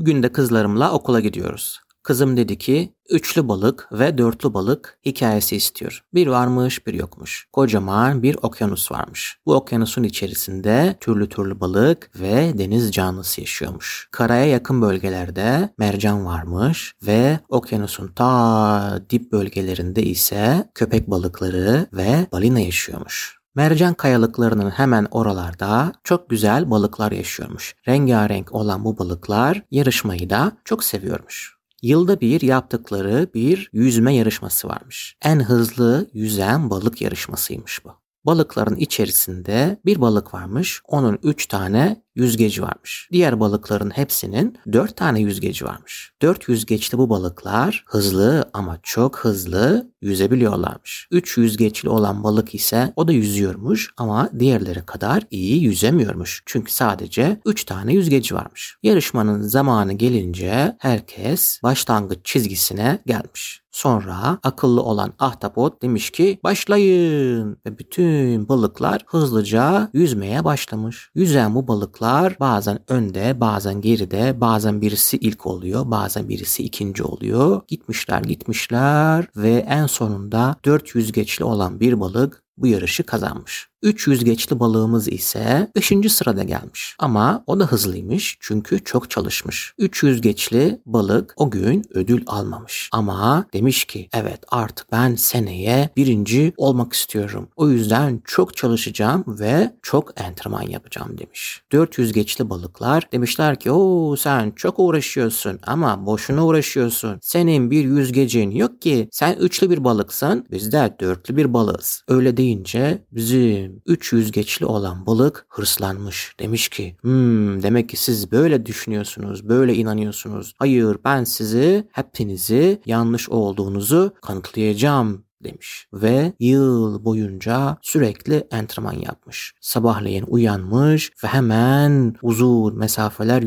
Bugün de kızlarımla okula gidiyoruz. Kızım dedi ki üçlü balık ve dörtlü balık hikayesi istiyor. Bir varmış bir yokmuş. Kocaman bir okyanus varmış. Bu okyanusun içerisinde türlü türlü balık ve deniz canlısı yaşıyormuş. Karaya yakın bölgelerde mercan varmış ve okyanusun ta dip bölgelerinde ise köpek balıkları ve balina yaşıyormuş. Mercan kayalıklarının hemen oralarda çok güzel balıklar yaşıyormuş. Rengarenk olan bu balıklar yarışmayı da çok seviyormuş. Yılda bir yaptıkları bir yüzme yarışması varmış. En hızlı yüzen balık yarışmasıymış bu. Balıkların içerisinde bir balık varmış. Onun 3 tane yüzgeci varmış. Diğer balıkların hepsinin 4 tane yüzgeci varmış. 4 yüzgeçli bu balıklar hızlı ama çok hızlı yüzebiliyorlarmış. 3 yüzgeçli olan balık ise o da yüzüyormuş ama diğerleri kadar iyi yüzemiyormuş. Çünkü sadece 3 tane yüzgeci varmış. Yarışmanın zamanı gelince herkes başlangıç çizgisine gelmiş. Sonra akıllı olan ahtapot demiş ki başlayın ve bütün balıklar hızlıca yüzmeye başlamış. Yüzen bu balıklar bazen önde, bazen geride, bazen birisi ilk oluyor, bazen birisi ikinci oluyor. Gitmişler ve en sonunda 4 yüzgeçli olan bir balık bu yarışı kazanmış. 3 yüzgeçli balığımız ise 5. sırada gelmiş. Ama o da hızlıymış çünkü çok çalışmış. 3 yüzgeçli balık o gün ödül almamış. Ama demiş ki evet artık ben seneye 1. olmak istiyorum. O yüzden çok çalışacağım ve çok antrenman yapacağım demiş. 4 yüzgeçli balıklar demişler ki sen çok uğraşıyorsun ama boşuna uğraşıyorsun. Senin bir yüzgecin yok ki. Sen 3'lü bir balıksın. Biz de 4'lü bir balığız. Öyle deyince bizim 3 yüzgeçli olan balık hırslanmış. Demiş ki demek ki siz böyle düşünüyorsunuz, böyle inanıyorsunuz. Hayır ben hepinizi yanlış olduğunuzu kanıtlayacağım demiş ve yıl boyunca sürekli antrenman yapmış. Sabahleyin uyanmış ve hemen uzun mesafeler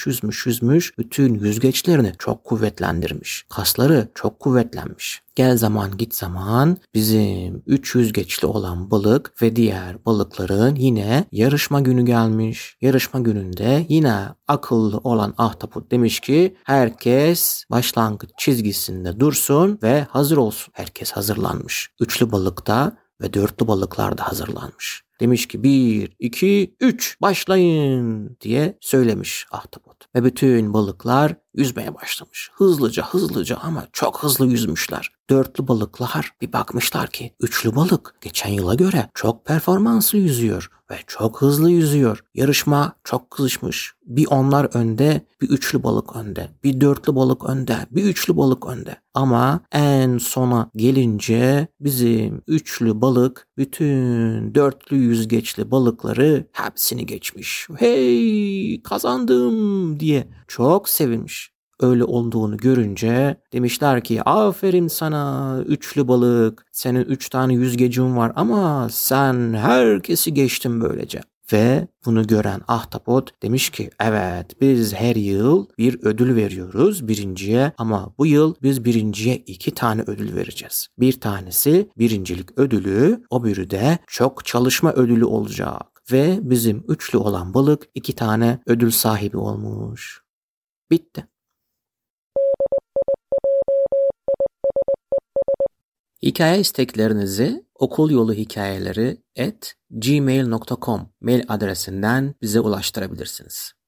yüzmüş. Bütün yüzgeçlerini çok kuvvetlendirmiş. Kasları çok kuvvetlenmiş. Gel zaman git zaman bizim 3 yüzgeçli olan balık ve diğer balıkların yine yarışma günü gelmiş. Yarışma gününde yine akıllı olan ahtapot demiş ki herkes başlangıç çizgisinde dursun ve hazır olsun. Herkes hazırlanmış. Üçlü balıkta ve dörtlü balıklar da hazırlanmış. Demiş ki 1, 2, 3 başlayın diye söylemiş ahtapot. Ve bütün balıklar yüzmeye başlamış. Hızlıca ama çok hızlı yüzmüşler. Dörtlü balıklar bir bakmışlar ki üçlü balık geçen yıla göre çok performanslı yüzüyor ve çok hızlı yüzüyor. Yarışma çok kızışmış. Bir onlar önde, bir üçlü balık önde, bir dörtlü balık önde, bir üçlü balık önde. Ama en sona gelince bizim üçlü balık bütün dörtlü yüzgeçli balıkları hepsini geçmiş. Hey kazandım diye çok sevinmiş. Öyle olduğunu görünce demişler ki aferin sana üçlü balık. Senin 3 tane yüzgecin var ama sen herkesi geçtin böylece. Ve bunu gören ahtapot demiş ki evet biz her yıl bir ödül veriyoruz birinciye ama bu yıl biz birinciye 2 tane ödül vereceğiz. Bir tanesi birincilik ödülü, öbürü de çok çalışma ödülü olacak. Ve bizim üçlü olan balık 2 tane ödül sahibi olmuş. Bitti. Hikaye isteklerinizi okulyoluhikayeleri@gmail.com mail adresinden bize ulaştırabilirsiniz.